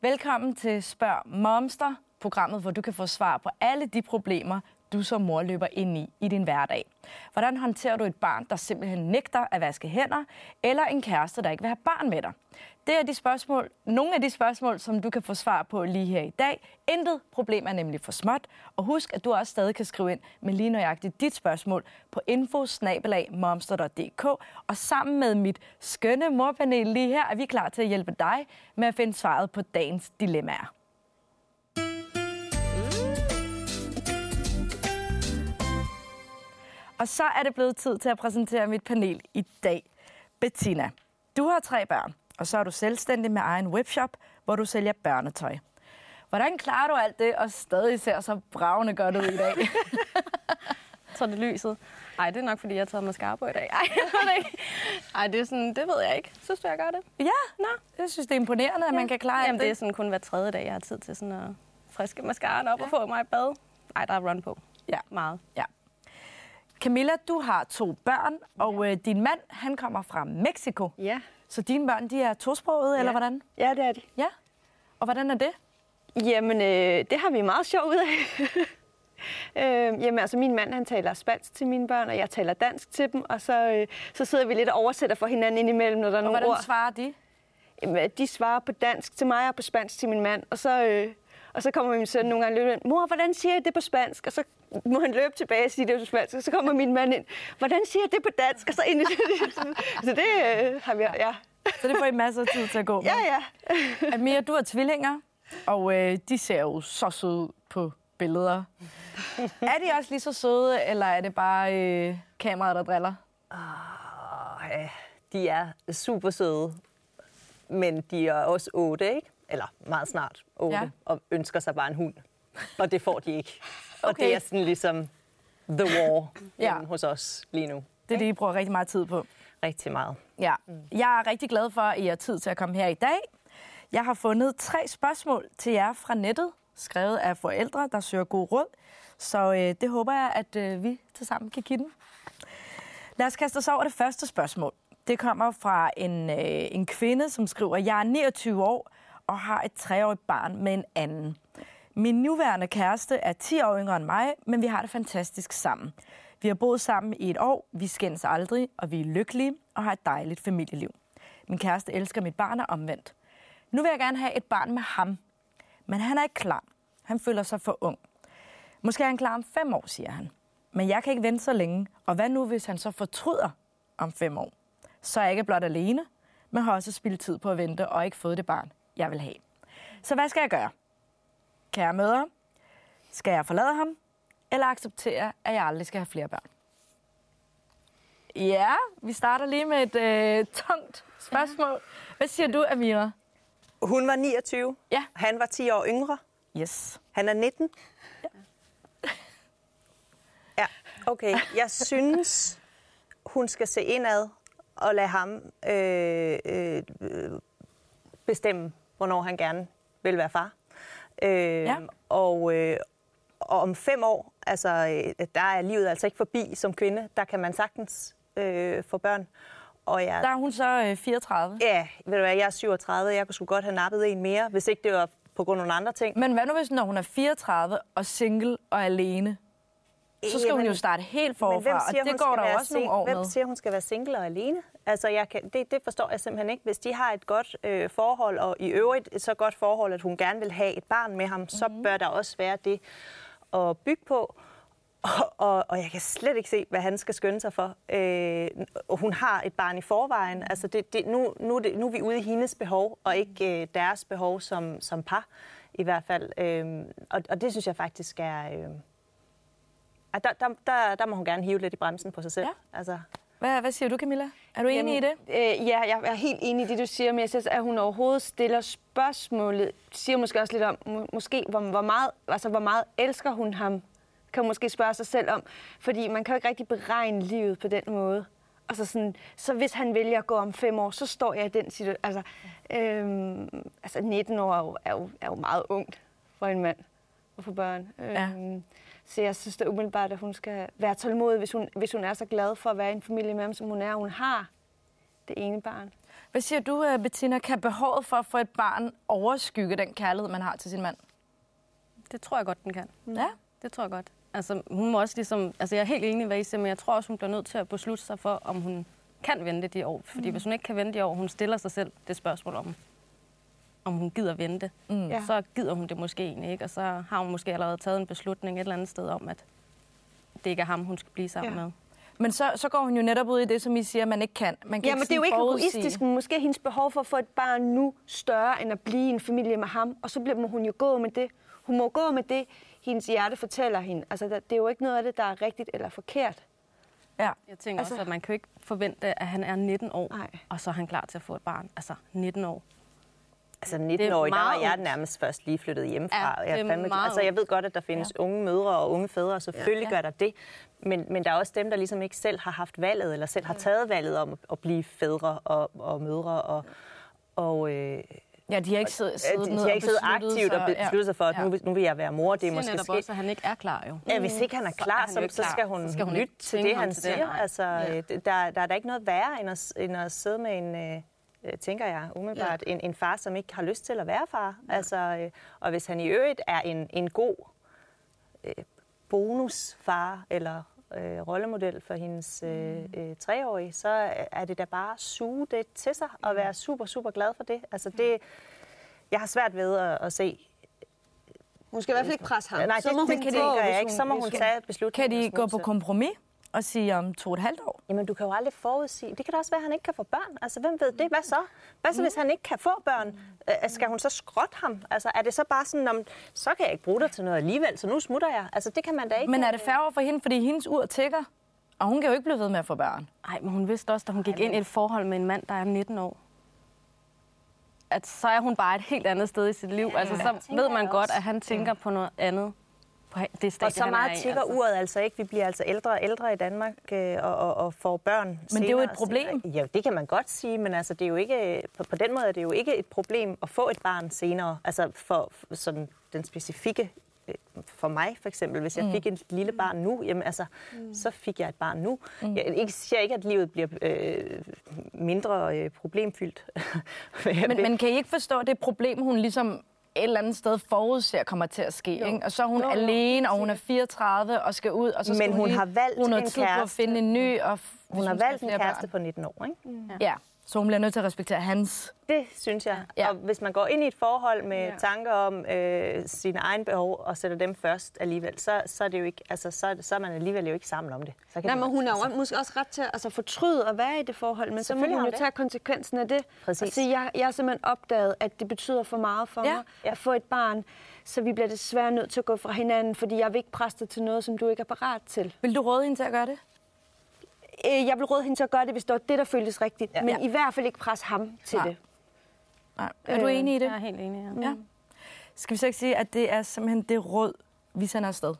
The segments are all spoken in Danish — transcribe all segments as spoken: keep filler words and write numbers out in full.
Velkommen til Spørg Momster, programmet, hvor du kan få svar på alle de problemer, du som mor løber ind i i din hverdag. Hvordan håndterer du et barn, der simpelthen nægter at vaske hænder, eller en kæreste, der ikke vil have barn med dig? Det er de spørgsmål, nogle af de spørgsmål, som du kan få svar på lige her i dag. Intet problem er nemlig for småt. Og husk, at du også stadig kan skrive ind med lige nøjagtigt dit spørgsmål på info snabel-a momster punktum d k. Og sammen med mit skønne morpanel lige her, er vi klar til at hjælpe dig med at finde svaret på dagens dilemmaer. Og så er det blevet tid til at præsentere mit panel i dag. Bettina, du har tre børn, og så er du selvstændig med egen webshop, hvor du sælger børnetøj. Hvordan klarer du alt det, og stadig ser så bravende godt ud i dag? Jeg tror, det er lyset. Ej, det er nok, fordi jeg har taget mascara på i dag. Ej, det, Ej, det er sådan, det ved jeg ikke. Synes du, jeg gør det? Ja, Nå. Jeg synes, det er imponerende, at ja. man kan klare Jamen, det. det er sådan kun hver tredje dag, jeg har tid til sådan at friske mascaraen op ja. og få mig et bad. Ej, der er run på. Ja. Meget. Ja. Camilla, du har to børn, og øh, din mand, han kommer fra Mexico. Ja. Så dine børn, de er tosprogede, ja. eller hvordan? Ja, det er de. Ja. Og hvordan er det? Jamen, øh, det har vi meget sjovt ud af. øh, jamen, altså min mand, han taler spansk til mine børn, og jeg taler dansk til dem, og så, øh, så sidder vi lidt og oversætter for hinanden indimellem, når der er og nogle hvordan ord. svarer de? Jamen, de svarer på dansk til mig og på spansk til min mand, og så... Øh, Og så kommer min søn nogle gange løbende, mor, hvordan siger jeg det på spansk? Og så må han løbe tilbage og sige det på spansk, og så kommer min mand ind, hvordan siger jeg det på dansk? Og så ind i det. Så det øh, har vi, ja. Så det får I masser af tid til at gå med. Ja, ja. Amira, du har tvillinger, og øh, de ser jo så søde ud på billeder. Er de også lige så søde, eller er det bare øh, kameraet, der driller? Oh, ja. De er super søde, men de er også otte, ikke? Eller meget snart otte, ja. og ønsker sig bare en hund. Og det får de ikke. Og okay. det er sådan ligesom the war ja. hos os lige nu. Det er det, I bruger rigtig meget tid på. Rigtig meget. Ja. Jeg er rigtig glad for, at I har tid til at komme her i dag. Jeg har fundet tre spørgsmål til jer fra nettet, skrevet af forældre, der søger god råd. Så øh, det håber jeg, at øh, vi tilsammen kan give dem. Lad os kaste os over det første spørgsmål. Det kommer fra en, øh, en kvinde, som skriver, jeg er niogtyve år, og har et treårigt barn med en anden. Min nuværende kæreste er ti år yngre end mig, men vi har det fantastisk sammen. Vi har boet sammen i et år, vi skændes aldrig, og vi er lykkelige og har et dejligt familieliv. Min kæreste elsker mit barn og omvendt. Nu vil jeg gerne have et barn med ham, men han er ikke klar. Han føler sig for ung. Måske er han klar om fem år, siger han. Men jeg kan ikke vente så længe, og hvad nu, hvis han så fortryder om fem år? Så er jeg ikke blot alene, men har også spildt tid på at vente og ikke fået det barn, jeg vil have. Så hvad skal jeg gøre? Kære mødre, skal jeg forlade ham, eller acceptere, at jeg aldrig skal have flere børn? Ja, vi starter lige med et øh, tungt spørgsmål. Hvad siger du, Amira? Hun var niogtyve. Ja. Han var ti år yngre. Yes. Han er nitten. Ja. Ja, okay. Jeg synes, hun skal se indad og lade ham øh, øh, bestemme, hvornår han gerne vil være far. Øh, ja. og, øh, og om fem år, altså, øh, der er livet altså ikke forbi som kvinde. Der kan man sagtens øh, få børn. Og jeg, der er hun så øh, fireogtredive. Ja, ved du hvad, jeg er syvogtredive. Jeg kunne sgu godt have nappet en mere, hvis ikke det var på grund af nogle andre ting. Men hvad nu hvis, når hun er fireogtredive og single og alene? Så skal Jamen, hun jo starte helt forfra, og det går der også nogle år med. Hvem siger, hun skal være single og alene? Altså, jeg kan, det, det forstår jeg simpelthen ikke. Hvis de har et godt øh, forhold, og i øvrigt et så godt forhold, at hun gerne vil have et barn med ham, mm-hmm. så bør der også være det at bygge på. Og, og, og jeg kan slet ikke se, hvad han skal skynde sig for. Øh, hun har et barn i forvejen. Mm-hmm. Altså, det, det, nu, nu, det, nu er vi ude i hendes behov, og ikke øh, deres behov som, som par, i hvert fald. Øh, og, og det synes jeg faktisk er... Øh, Der, der, der, der må hun gerne hive lidt i bremsen på sig selv. Ja. Altså. Hvad, hvad siger du, Camilla? Er du enig Jamen, i det? Øh, ja, jeg er helt enig i det, du siger, men jeg synes, at hun overhovedet stiller spørgsmålet, siger måske også lidt om, må, måske, hvor, hvor, meget, altså, hvor meget elsker hun ham, kan hun måske spørge sig selv om. Fordi man kan jo ikke rigtig beregne livet på den måde. Altså sådan, så hvis han vælger at gå om fem år, så står jeg i den situation. Altså, øhm, altså nitten år er jo, er, jo, er jo meget ungt for en mand og for børn. Ja. Øhm, Så jeg synes da umiddelbart, at hun skal være tålmodig, hvis hun, hvis hun er så glad for at være i en familie med ham, som hun er. Hun har det ene barn. Hvad siger du, Bettina? Kan behovet for at få et barn overskygge den kærlighed, man har til sin mand? Det tror jeg godt, den kan. Ja. Det tror jeg godt. Altså, hun må også ligesom... Altså, jeg er helt enig, hvad I siger, men jeg tror også, hun bliver nødt til at beslutte sig for, om hun kan vente de år. Fordi mm. hvis hun ikke kan vente de år, hun stiller sig selv det spørgsmål om, om hun gider vente. Mm. Ja. Så gider hun det måske egentlig ikke, og så har hun måske allerede taget en beslutning et eller andet sted om, at det ikke er ham, hun skal blive sammen ja. med. Men så, så går hun jo netop ud i det, som I siger, man ikke kan. Man kan ja, ikke men det er jo ikke forudsige. egoistisk, men måske er hendes behov for at få et barn nu større, end at blive en familie med ham. Og så bliver hun jo gå med det. Hun må gå med det, hendes hjerte fortæller hende. Altså, det er jo ikke noget af det, der er rigtigt eller forkert. Ja. Jeg tænker altså, også, at man kan jo ikke forvente, at han er nitten år, nej. og så er han klar til at få et barn. Altså, nitten år. Altså nitten-årig, der var jeg nærmest først lige flyttet hjemmefra. Ja, jeg, fandme, altså, jeg ved godt, at der findes ja. unge mødre og unge fædre, og selvfølgelig ja. gør der det. Men, men der er også dem, der ligesom ikke selv har haft valget, eller selv har taget valget om at blive fædre og, og mødre. Og, og, øh, ja, de har ikke siddet, siddet de, de har ikke siddet aktivt og besluttet sig for, at ja. nu, nu vil jeg være mor. Det er måske skidt. Også, at han ikke er klar, jo. Ja, hvis ikke han er klar, så, så, så skal hun, så skal hun lytte til det, han siger. Altså, ja. der, der er da ikke noget værre, end at, end at sidde med en... tænker jeg umiddelbart, ja. en, en far, som ikke har lyst til at være far. Ja. Altså, øh, og hvis han i øvrigt er en, en god øh, bonusfar eller øh, rollemodel for hendes øh, øh, treårige, så er det da bare at suge det til sig og være super, super glad for det. Altså det, jeg har svært ved at, at se. Hun skal i hvert fald ikke presse ham. Nej, det, så må det, hun det gør jeg ikke. Så må hun tage beslutningen. Kan de gå på kompromis og sige om to og et halvt år? Jamen, du kan jo aldrig forudsige. Det kan da også være, at han ikke kan få børn. Altså, hvem ved det? Hvad så? Hvad så, hvis han ikke kan få børn? Øh, skal hun så skrotte ham? Altså, er det så bare sådan, om, så kan jeg ikke bruge dig til noget alligevel, så nu smutter jeg? Altså, det kan man da ikke. Men er det fair for hende, fordi hendes ur tikker? Og hun kan jo ikke blive ved med at få børn. Nej, men hun vidste også, da hun gik ind i et forhold med en mand, der er nitten år. At så er hun bare et helt andet sted i sit liv. Ja, altså, så ved man godt, at han tænker på noget andet. Det stadie, og så meget tigger altså. uret altså ikke. Vi bliver altså ældre og ældre i Danmark øh, og, og, og får børn Men senere. det er jo et problem. Ja, det kan man godt sige, men altså, det er jo ikke, på, på den måde er det jo ikke et problem at få et barn senere. Altså for, for sådan den specifikke, for mig for eksempel, hvis jeg fik et lille barn nu, jamen altså, mm. så fik jeg et barn nu. Mm. Jeg ikke, siger ikke, at livet bliver øh, mindre øh, problemfyldt. men, men kan I ikke forstå det problem, hun ligesom et eller andet sted forudser kommer til at ske, ikke? Og så er hun jo, jo, alene, og hun er fireogtredive og skal ud, og så skal Men hun, hun har valgt hun en tid på at finde en ny. Og hun har valgt en kæreste børn. på nitten år, ikke? Mm. Ja. ja, så hun bliver nødt til at respektere hans. Det synes jeg. Ja. Og hvis man går ind i et forhold med ja. tanker om øh, sine egne behov og sætter dem først alligevel, så, så er det jo ikke, altså så, så er man alligevel jo ikke sammen om det. Så kan Nej, det men hun har altså. jo måske også ret til at altså, fortryde at være i det forhold, men så må hun jo tage konsekvensen af det. Præcis. Og sige, jeg, jeg har simpelthen opdaget, at det betyder for meget for ja. mig ja. at få et barn, så vi bliver desværre nødt til at gå fra hinanden, fordi jeg vil ikke presse dig til noget, som du ikke er parat til. Vil du råde hende til at gøre det? Jeg vil råde hende til at gøre det, hvis det var det, der føltes rigtigt. Ja. Men ja. i hvert fald ikke presse ham til Nej. det. Nej. Er du enig i det? Jeg er helt enig, ja. ja. Skal vi så ikke sige, at det er simpelthen det råd, vi sender afsted?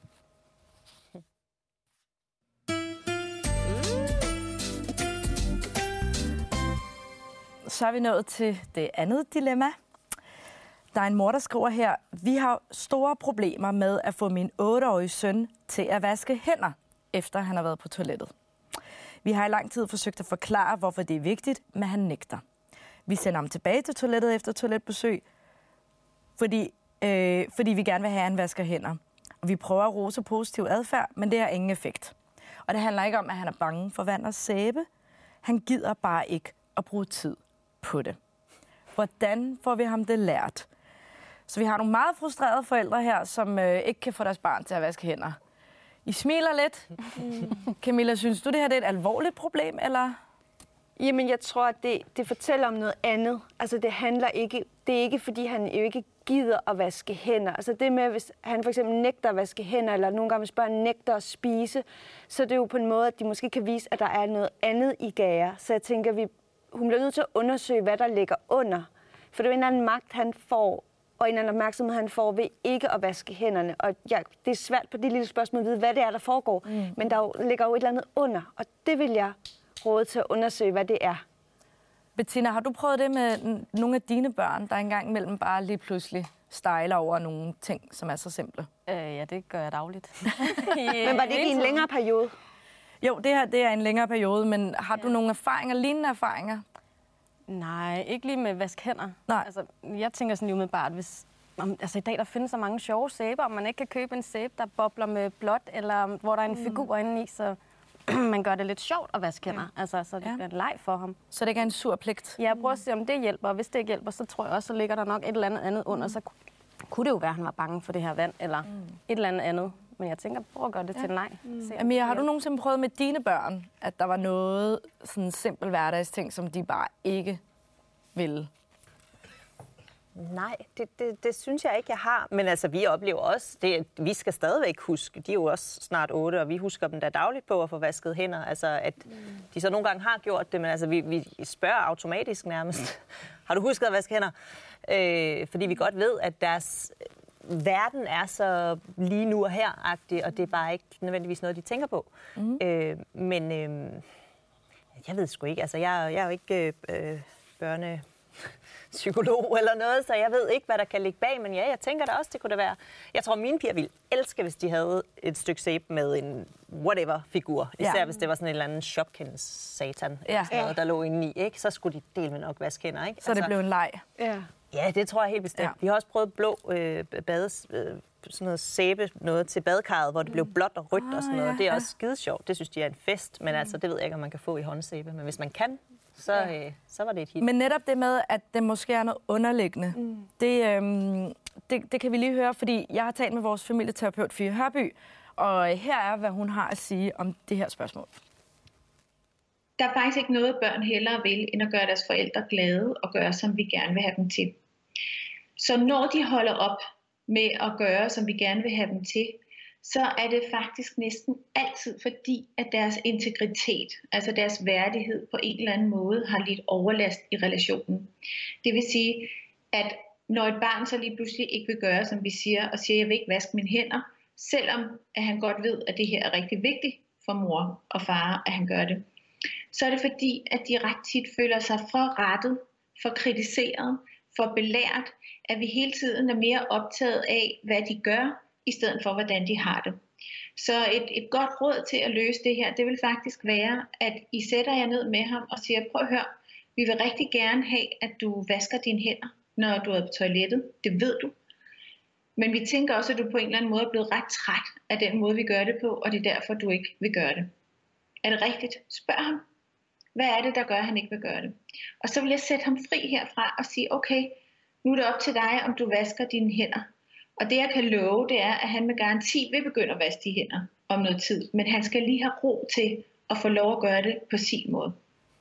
Så er vi nået til det andet dilemma. Der er en mor, der skriver her: Vi har store problemer med at få min otteårige søn til at vaske hænder, efter han har været på toilettet. Vi har i lang tid forsøgt at forklare, hvorfor det er vigtigt, men han nægter. Vi sender ham tilbage til toilettet efter toiletbesøg, fordi, øh, fordi vi gerne vil have, at han vasker hænder. Og vi prøver at rose positiv adfærd, men det har ingen effekt. Og det handler ikke om, at han er bange for vand og sæbe. Han gider bare ikke at bruge tid på det. Hvordan får vi ham det lært? Så vi har nogle meget frustrerede forældre her, som øh, ikke kan få deres barn til at vaske hænder. I smiler lidt. Mm. Camilla, synes du, det her det er et alvorligt problem, eller? Jamen, jeg tror, at det, det fortæller om noget andet. Altså, det handler ikke... Det er ikke, fordi han jo ikke gider at vaske hænder. Altså, det med, hvis han for eksempel nægter at vaske hænder, eller nogle gange, hvis børn nægter at spise, så er det jo på en måde, at de måske kan vise, at der er noget andet i gære. Så jeg tænker, vi, hun bliver nødt til at undersøge, hvad der ligger under. For det er jo en eller anden magt, han får, og en eller anden opmærksomhed, han får ved ikke at vaske hænderne. Og ja, det er svært på det lille spørgsmål at vide, hvad det er, der foregår. Mm. Men der jo, ligger jo et eller andet under, og det vil jeg råde til at undersøge, hvad det er. Bettina, har du prøvet det med nogle af dine børn, der engang imellem bare lige pludselig stejler over nogle ting, som er så simple? Øh, ja, det gør jeg dagligt. Men var det ikke i en længere periode? Jo, det her det er en længere periode, men har du nogle erfaringer, lignende erfaringer? Nej, ikke lige med vask hænder. Nej. Altså, jeg tænker sådan lige umiddelbart, hvis... Om, altså i dag, der findes så mange sjove sæber, og man ikke kan købe en sæbe, der bobler med blåt, eller hvor der er en mm. figur inde i, så man gør det lidt sjovt at vaske hænder. Ja. Altså, så det ja. bliver en leg for ham. Så det ikke er en sur pligt? Ja, prøv at se, om det hjælper, og hvis det ikke hjælper, så tror jeg også, så ligger der nok et eller andet andet under, så kunne det jo være, at han var bange for det her vand, eller mm. et eller andet andet. Men jeg tænker, prøv at gøre det ja. til en nej. Mm. Amira, har du nogensinde prøvet med dine børn, at der var noget sådan simpel hverdagsting, som de bare ikke ville? Nej, det, det, det synes jeg ikke, jeg har. Men altså, vi oplever også, det, vi skal stadigvæk huske, de er jo også snart otte, og vi husker dem da dagligt på at få vasket hænder. Altså, at de så nogle gange har gjort det, men altså, vi, vi spørger automatisk nærmest, har du husket at vaske hænder? Øh, fordi vi godt ved, at deres verden er så lige nu og her-agtig, og det er bare ikke nødvendigvis noget, de tænker på. Mm. Øh, men øh, jeg ved sgu ikke, altså, jeg, jeg er jo ikke øh, børne... psykolog eller noget, så jeg ved ikke, hvad der kan ligge bag, men ja, jeg tænker da også, det kunne da være. Jeg tror, mine piger ville elske, hvis de havde et stykke sæbe med en whatever-figur. Især ja. hvis det var sådan en eller anden Shopkins-satan, ja. noget, der lå inde i, ikke? Så skulle de dele med nok vaske hænder, ikke? Så altså, det blev en leg. Ja. Ja, det tror jeg helt bestemt. Ja. Vi har også prøvet blå øh, bades, øh, sådan noget sæbe, noget til badekarret, hvor det blev blåt og rødt oh, og sådan noget. Ja, det er ja. også skide sjovt. Det synes de er en fest, men mm. altså, det ved jeg ikke, om man kan få i håndsæbe. Men hvis man kan, Så, ja. øh, så var det et hit. Men netop det med, at det måske er noget underliggende, mm. det, øhm, det, det kan vi lige høre, fordi jeg har talt med vores familieterapeut Fie Hørby, og her er, hvad hun har at sige om det her spørgsmål. Der er faktisk ikke noget, børn hellere vil, end at gøre deres forældre glade og gøre, som vi gerne vil have dem til. Så når de holder op med at gøre, som vi gerne vil have dem til, så er det faktisk næsten altid fordi, at deres integritet, altså deres værdighed på en eller anden måde, har lidt overlast i relationen. Det vil sige, at når et barn så lige pludselig ikke vil gøre, som vi siger, og siger, jeg vil ikke vaske mine hænder, selvom at han godt ved, at det her er rigtig vigtigt for mor og far, at han gør det, så er det fordi, at de ret tit føler sig for rettet, for kritiseret, for belært, at vi hele tiden er mere optaget af, hvad de gør, i stedet for, hvordan de har det. Så et, et godt råd til at løse det her, det vil faktisk være, at I sætter jer ned med ham og siger, prøv at høre, vi vil rigtig gerne have, at du vasker dine hænder, når du er på toilettet. Det ved du. Men vi tænker også, at du på en eller anden måde er blevet ret træt af den måde, vi gør det på, og det er derfor, du ikke vil gøre det. Er det rigtigt? Spørg ham. Hvad er det, der gør, at han ikke vil gøre det? Og så vil jeg sætte ham fri herfra og sige, okay, nu er det op til dig, om du vasker dine hænder. Og det, jeg kan love, det er, at han med garanti vil begynde at vaske de hænder om noget tid. Men han skal lige have ro til at få lov at gøre det på sin måde.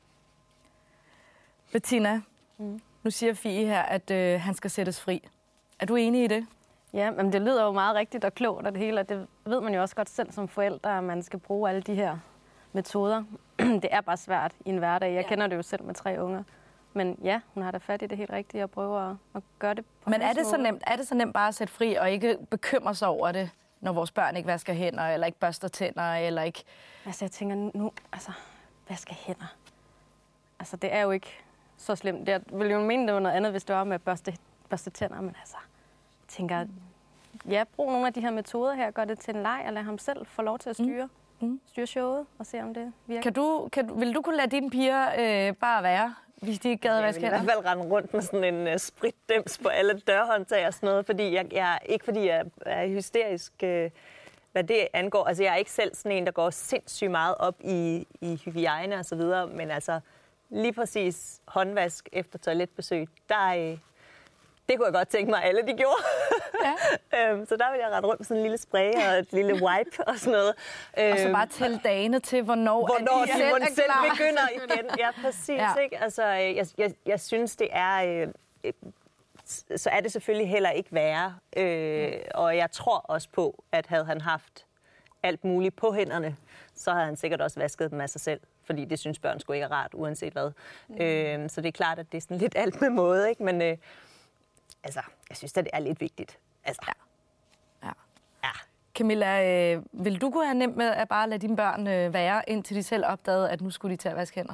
Bettina, mm. nu siger Fie her, at øh, han skal sættes fri. Er du enig i det? Ja, men det lyder jo meget rigtigt og klogt, og det hele, og det ved man jo også godt selv som forældre, at man skal bruge alle de her metoder. Det er bare svært i en hverdag. Jeg ja. kender det jo selv med tre unger. Men ja, hun har da fat i det helt rigtige og prøver at, at gøre det på Men er det, så nemt, er det så nemt bare at sætte fri og ikke bekymre sig over det, når vores børn ikke vasker hænder, eller ikke børster tænder, eller ikke... Altså, jeg tænker nu, altså, vaske hænder. Altså, det er jo ikke så slemt. Jeg ville jo mene, det var noget andet, hvis det var med at børste, børste tænder, men altså, jeg tænker, ja, brug nogle af de her metoder her, gør det til en leg, og lad ham selv få lov til at styre, mm. styre showet, og se, om det virker. Kan du, kan, vil du kunne lade dine piger øh, bare være, hvis de ikke gad at vaske hænder? Jeg vil i hvert fald rende rundt med sådan en uh, spritdims på alle dørhåndtag og sådan noget, fordi jeg, jeg, ikke fordi jeg er hysterisk, uh, hvad det angår. Altså, jeg er ikke selv sådan en, der går sindssygt meget op i, i hygiejne og så videre, men altså, lige præcis håndvask efter toiletbesøg, der, uh, det kunne jeg godt tænke mig, at alle de gjorde. Ja. um, så der vil jeg rette rundt med sådan en lille spray og et lille wipe og sådan noget. Og så bare tælle dagene til, hvornår, hvornår at de de selv, selv, selv begynder igen. Ja, præcis. Ja. Ikke? Altså, jeg, jeg, jeg synes, det er... Øh, så er det selvfølgelig heller ikke værre. Øh, og jeg tror også på, at havde han haft alt muligt på hænderne, så havde han sikkert også vasket dem af sig selv. Fordi det synes børn sgu ikke er rart, uanset hvad. Mm. Øh, så det er klart, at det er sådan lidt alt med måde, ikke? Men... Øh, Altså, jeg synes, at det er lidt vigtigt. Altså. Ja. Ja. Ja. Camilla, øh, vil du kunne have nemt med at bare lade dine børn øh, være, indtil de selv opdagede, at nu skulle de til at vaske hænder?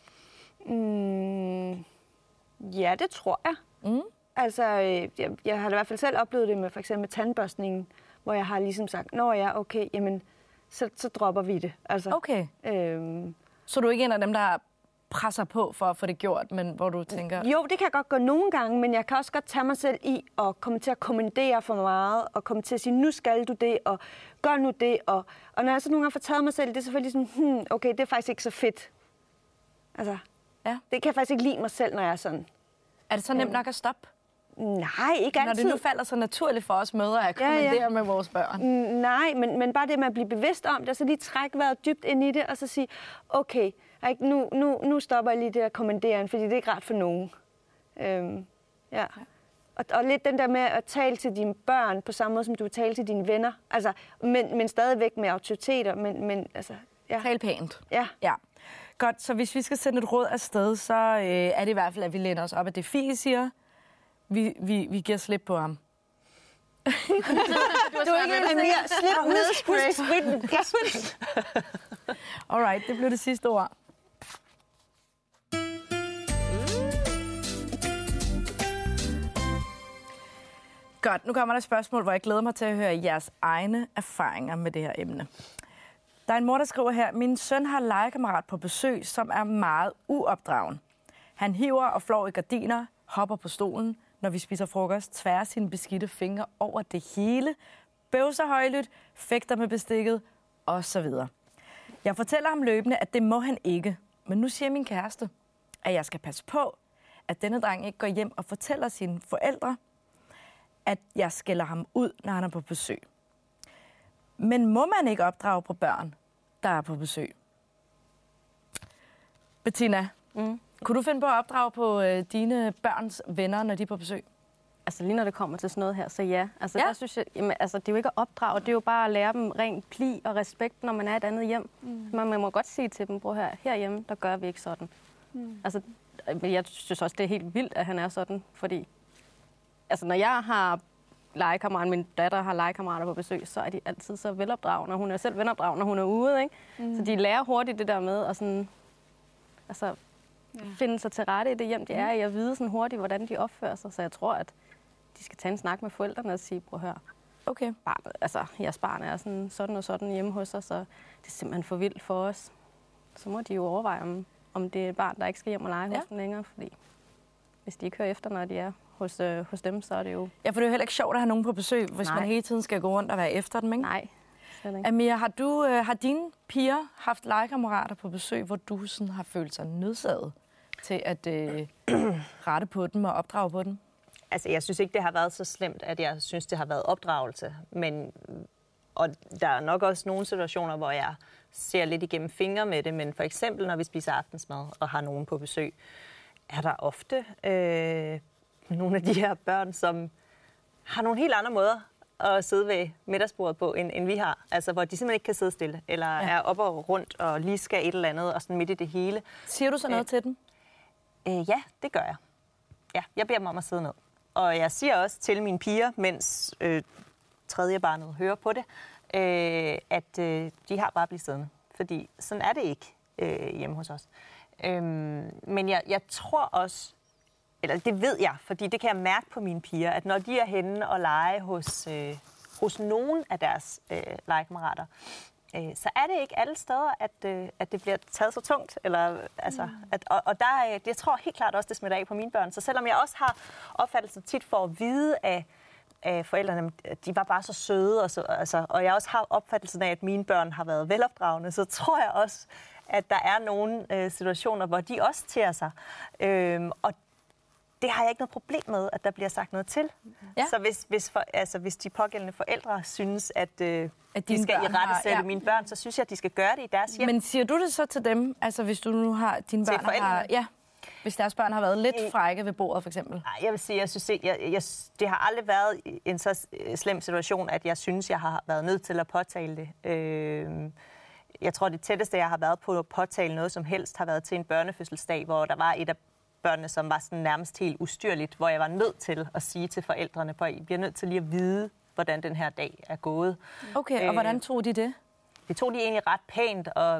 Mm, ja, det tror jeg. Mm. Altså, øh, jeg, jeg har i hvert fald selv oplevet det med for eksempel tandbørstningen, hvor jeg har ligesom sagt, når jeg er okay, jamen, så, så dropper vi det. Altså, okay. Øhm, så du er ikke en af dem, der presser på for at få det gjort, men hvor du tænker... Jo, det kan jeg godt gøre nogle gange, men jeg kan også godt tage mig selv i at komme til at kommandere for meget, og komme til at sige, nu skal du det, og gør nu det. Og, og når jeg så nogle gange får taget mig selv, det er selvfølgelig sådan, hmm, okay, det er faktisk ikke så fedt. Altså, ja. Det kan jeg faktisk ikke lide mig selv, når jeg er sådan. Er det så nemt nok at stoppe? Nej, ikke altid. Når det nu falder så naturligt for os mødre at kommandere ja, ja. med vores børn. Nej, men, men bare det med at blive bevidst om det, og så lige trække vejret dybt ind i det, og så sige, okay, nu, nu, nu stopper jeg lige det der kommanderen, fordi det er ikke rart for nogen. Øhm, ja. Og, og lidt den der med at tale til dine børn på samme måde, som du taler til dine venner. Altså, men, men stadigvæk med autoriteter. Men, men, altså, ja. Tal pænt. Ja. ja. Godt, så hvis vi skal sende et råd afsted, så øh, er det i hvert fald, at vi læner os op af det, Fie siger. Vi, vi, vi giver slip på ham. du er ikke en mere slip med spritten. Alright, det blev det sidste ord. Godt, nu kommer der et spørgsmål, hvor jeg glæder mig til at høre jeres egne erfaringer med det her emne. Der er en mor, der skriver her, min søn har en legekammerat på besøg, som er meget uopdragen. Han hiver og flår i gardiner, hopper på stolen, når vi spiser frokost, tværer sine beskidte fingre over det hele, bøvser højlydt, fægter med bestikket osv. Jeg fortæller ham løbende, at det må han ikke. Men nu siger min kæreste, at jeg skal passe på, at denne dreng ikke går hjem og fortæller sine forældre, at jeg skælder ham ud, når han er på besøg. Men må man ikke opdrage på børn, der er på besøg? Bettina, mm. kunne du finde på at opdrage på øh, dine børns venner, når de er på besøg? Altså lige når det kommer til sådan noget her, så ja. Altså, ja. Der synes jeg, jamen, altså, det er jo ikke at opdrage, det er jo bare at lære dem ren pli og respekt, når man er et andet hjem. Mm. Man, man må godt sige til dem, bror her, herhjemme, der gør vi ikke sådan. Mm. Altså, jeg synes også, det er helt vildt, at han er sådan, fordi altså, når jeg har legekammerater, min datter har legekammerater på besøg, så er de altid så velopdragende. Hun er selv velopdragende, når hun er ude, ikke? Mm. Så de lærer hurtigt det der med at sådan, altså, ja. finde sig til rette i det hjem, de er i, og vide sådan hurtigt, hvordan de opfører sig. Så jeg tror, at de skal tage en snak med forældrene og sige, prøv at høre, okay. barnet, altså, jeres barn er sådan, sådan og sådan hjemme hos os, og det er simpelthen for vildt for os. Så må de jo overveje, om, om det er et barn, der ikke skal hjem og lege ja. hos dem længere, fordi hvis de ikke hører efter, når de er hos, øh, hos dem, så er det jo... Ja, for det er jo heller ikke sjovt at have nogen på besøg, hvis Nej. man hele tiden skal gå rundt og være efter dem, ikke? Nej. Amir, har, du, øh, har dine piger haft legekammerater på besøg, hvor du sådan har følt sig nødsaget til at øh, rette på dem og opdrage på dem? Altså, jeg synes ikke, det har været så slemt, at jeg synes, det har været opdragelse. Men, og der er nok også nogle situationer, hvor jeg ser lidt igennem fingre med det. Men for eksempel, når vi spiser aftensmad og har nogen på besøg, er der ofte øh, nogle af de her børn, som har nogle helt andre måder at sidde ved middagsbordet på, end, end vi har. Altså, hvor de simpelthen ikke kan sidde stille, eller ja. er oppe og rundt og lige skal et eller andet, og sådan midt i det hele. Siger du så noget øh, til dem? Øh, ja, det gør jeg. Ja, jeg beder dem om at sidde ned. Og jeg siger også til mine piger, mens øh, tredje barnet hører på det, øh, at øh, de har bare blivet siddende. Fordi sådan er det ikke øh, hjemme hos os. Øhm, men jeg, jeg tror også, eller det ved jeg, fordi det kan jeg mærke på mine piger, at når de er henne og lege hos, øh, hos nogen af deres øh, legekammerater, øh, så er det ikke alle steder, at, øh, at det bliver taget så tungt. Eller, altså, mm. at, og og der, jeg tror helt klart også, det smitter af på mine børn. Så selvom jeg også har opfattelsen tit for at vide af, af forældrene, de var bare så søde, og, så, altså, og jeg også har opfattelsen af, at mine børn har været velopdragende, så tror jeg også, at der er nogle øh, situationer, hvor de også tager sig. Øhm, og det har jeg ikke noget problem med, at der bliver sagt noget til. Ja. Så hvis, hvis, for, altså, hvis de pågældende forældre synes, at, øh, at de skal i rette sætte ja. mine børn, så synes jeg, at de skal gøre det i deres hjem. Men siger du det så til dem, altså hvis du nu har dine børn har, ja, hvis deres børn har været lidt frække ved bordet for eksempel? Nej, jeg vil sige, jeg synes ikke, jeg, jeg, det har aldrig været en så slem situation, at jeg synes, jeg har været nødt til at påtale det. Øh, Jeg tror, det tætteste, jeg har været på at påtale noget som helst, har været til en børnefødselsdag, hvor der var et af børnene, som var sådan nærmest helt ustyrligt, hvor jeg var nødt til at sige til forældrene, at I bliver nødt til lige at vide, hvordan den her dag er gået. Okay, og øh, hvordan tog de det? Det tog de egentlig ret pænt, og,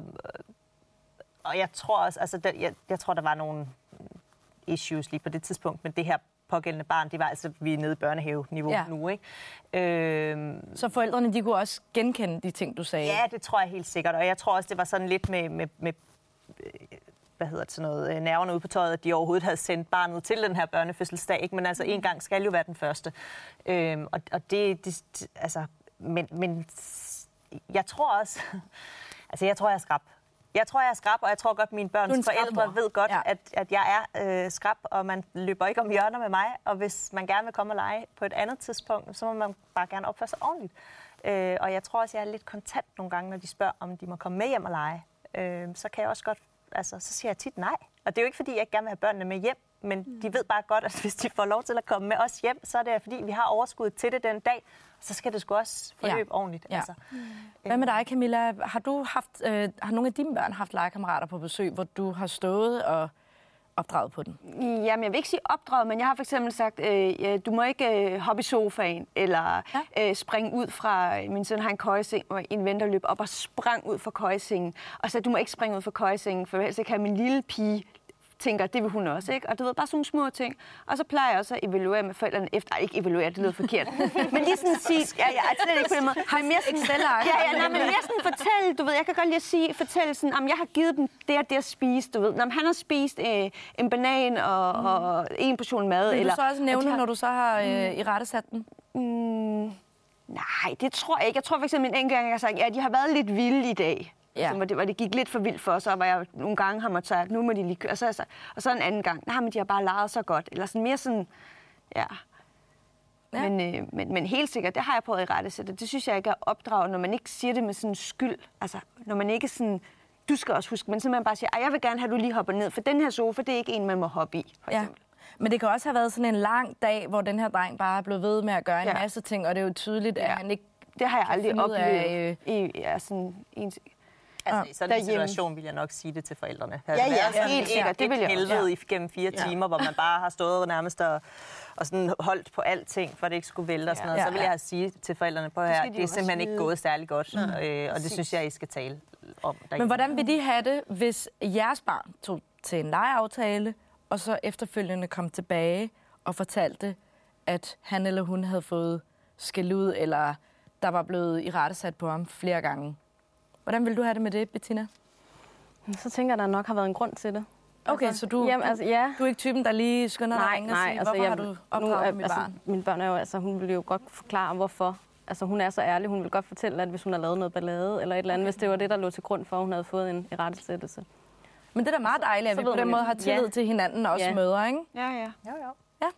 og jeg tror også, altså, der, jeg, jeg tror, der var nogle issues lige på det tidspunkt, men det her pågældende barn, de var altså, vi er nede i børnehave-niveau ja. nu, ikke? Øhm, så forældrene, de kunne også genkende de ting, du sagde? Ja, det tror jeg helt sikkert, og jeg tror også, det var sådan lidt med, med, med hvad hedder det, sådan noget, nerverne ud på tøjet, at de overhovedet havde sendt barnet til den her børnefødselsdag. Ikke? Men altså, en gang skal jo være den første. Øhm, og, og det, det, altså, men, men jeg tror også, altså jeg tror, jeg er skrap. Jeg tror, jeg er skrap, og jeg tror godt, at mine børns forældre ved godt, ja. at, at jeg er øh, skrap, og man løber ikke om hjørner med mig. Og hvis man gerne vil komme og lege på et andet tidspunkt, så må man bare gerne opføre sig ordentligt. Øh, og jeg tror også, jeg er lidt kontant nogle gange, når de spørger, om de må komme med hjem og lege. Øh, så kan jeg også godt, altså, så siger jeg tit nej. Og det er jo ikke, fordi jeg ikke gerne vil have børnene med hjem, men mm. de ved bare godt, at hvis de får lov til at komme med os hjem, så er det fordi, vi har overskud til det den dag, så skal det sgu også forløbe ja. ordentligt. Ja. Altså. Mm. Hvad med dig, Camilla? Har du haft, øh, har nogle af dine børn haft legekammerater på besøg, hvor du har stået og opdraget på den? Jamen, jeg vil ikke sige opdraget, men jeg har for eksempel sagt, øh, du må ikke øh, hoppe i sofaen, eller ja. øh, springe ud fra, min søn har en køjeseng, og en ven, der løb op og sprang ud fra køjesengen, og så du må ikke springe ud fra køjesengen, for ellers kan min lille pige tænker, det vil hun også, ikke? Og du ved, bare sådan nogle små ting. Og så plejer jeg også at evaluere med forældrene efter. Ej, ikke evaluere, det lyder forkert. Men lige sådan sige, ja, ja, slet ikke på den måde. Har mere sådan, ja, ja, nej, men mere sådan fortælle, du ved, jeg kan godt lide at sige, fortælle sådan, om jeg har givet dem det og det at spise, du ved. Når han har spist øh, en banan og, mm. og en portion mad. Vil eller, du så også nævne, har, når du så har øh, i rette sat den? Mm, nej, det tror jeg ikke. Jeg tror for eksempel en enkelt gang, jeg har sagt, ja, de har været lidt vilde i dag. Ja. Så, hvor, det, hvor det gik lidt for vildt for os, og hvor jeg nogle gange har måttet sige, at nu må de lige køre. Og så, og så en anden gang, nej, men de har bare leget så godt. Eller sådan mere sådan, ja. ja. Men, øh, men, men helt sikkert, det har jeg prøvet i rettesætte. Det synes jeg ikke er opdraget, når man ikke siger det med sådan skyld. Altså, når man ikke sådan, du skal også huske, men simpelthen bare siger, jeg vil gerne have, at du lige hopper ned, for den her sofa, det er ikke en, man må hoppe i, for eksempel. Ja. Men det kan også have været sådan en lang dag, hvor den her dreng bare er blevet ved med at gøre en ja. masse ting, og det er jo tydeligt, at ja. han ikke det har jeg aldrig oplevet af, øh... i ja, sådan en... Altså, i sådan en situation vil jeg nok sige det til forældrene. Ja, ja, ja, helt sikkert. Det vil jeg helvede ja. i gennem fire ja. timer, hvor man bare har stået nærmest og, og sådan holdt på alting, for at det ikke skulle vælte og sådan noget. Ja, ja. Så vil jeg sige til forældrene på her, det er simpelthen ikke gået særlig godt, ja. øh, og det synes jeg, I skal tale om derhjemme. Men hvordan vil de have det, hvis jeres barn tog til en legeaftale, og så efterfølgende kom tilbage og fortalte, at han eller hun havde fået skæld ud, eller der var blevet irettesat på ham flere gange? Hvordan vil du have det med det, Bettina? Så tænker jeg, at der nok har været en grund til det. Okay, altså, så du, jamen, altså, ja. du er ikke typen, der lige skynder dig ind og siger, altså, hvorfor jeg, har du opdraget mit altså, barn? Mine børn er jo, altså, hun vil jo godt forklare, hvorfor. Altså, hun er så ærlig, hun vil godt fortælle, at hvis hun har lavet noget ballade, eller et eller andet, okay. hvis det var det, der lå til grund for, at hun havde fået en irettesættelse. Men det er da meget dejligt, at vi på den måde har tillid ja. til hinanden, også ja. mødre, ikke? Ja, ja. Jo, jo. Ja.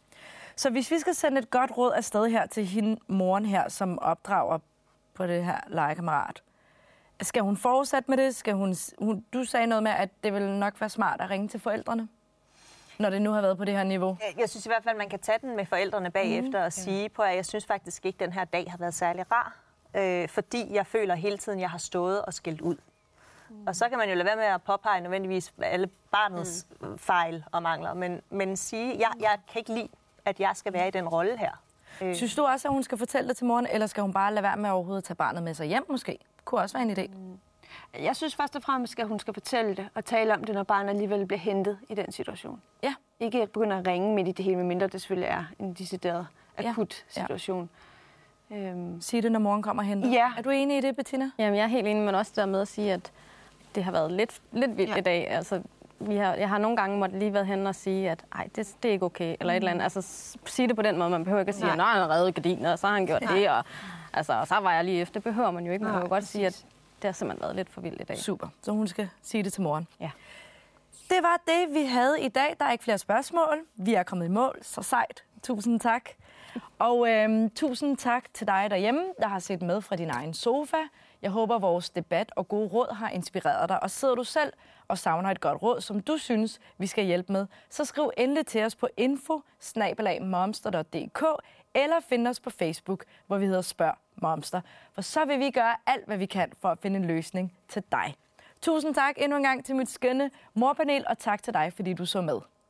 Så hvis vi skal sende et godt råd afsted her til hende, moren her, som opdrager på det her legekammerat, skal hun fortsætte med det? Skal hun, hun, du sagde noget med, at det vil nok være smart at ringe til forældrene, når det nu har været på det her niveau. Jeg, jeg synes i hvert fald, man kan tage den med forældrene bagefter mm, og okay. sige på, at jeg synes faktisk ikke, at den her dag har været særlig rar, øh, fordi jeg føler hele tiden, at jeg har stået og skældt ud. Mm. Og så kan man jo lade være med at påpege nødvendigvis alle barnets mm. fejl og mangler, men, men sige, jeg, jeg kan ikke lide, at jeg skal være i den rolle her. Øh. Synes du også, at hun skal fortælle det til moren, eller skal hun bare lade være med overhovedet at tage barnet med sig hjem måske? Kunne også være en idé. Jeg synes først og fremmest, at hun skal fortælle det og tale om det, når barnet alligevel bliver hentet i den situation. Ja. Ikke begynde at ringe midt i det hele, medmindre det selvfølgelig er en decideret akut ja. situation. Ja. Øhm. Sige det, når moren kommer og henter. Ja. Er du enig i det, Bettina? Jamen, jeg er helt enig, men også der med at sige, at det har været lidt, lidt vildt ja. i dag. Altså, vi har, jeg har nogle gange måtte lige været hen og sige, at ej, det, det er ikke okay, eller mm. et eller andet. Altså, sige det på den måde. Man behøver ikke at sige, at han har reddet gardiner, og så har han gjort Nej. det, og, altså, og så var jeg lige efter. Det behøver man jo ikke. Man kan jo godt sige, at det har simpelthen været lidt for vildt i dag. Super. Så hun skal sige det til moren. Ja. Det var det, vi havde i dag. Der er ikke flere spørgsmål. Vi er kommet i mål. Så sejt. Tusind tak. Og øhm, tusind tak til dig derhjemme, der har set med fra din egen sofa. Jeg håber, vores debat og gode råd har inspireret dig. Og sidder du selv og savner et godt råd, som du synes, vi skal hjælpe med, så skriv endelig til os på info snabel-a momster punktum d k eller find os på Facebook, hvor vi hedder Spørg Momster. For så vil vi gøre alt, hvad vi kan for at finde en løsning til dig. Tusind tak endnu en gang til mit skønne morpanel, og tak til dig, fordi du så med.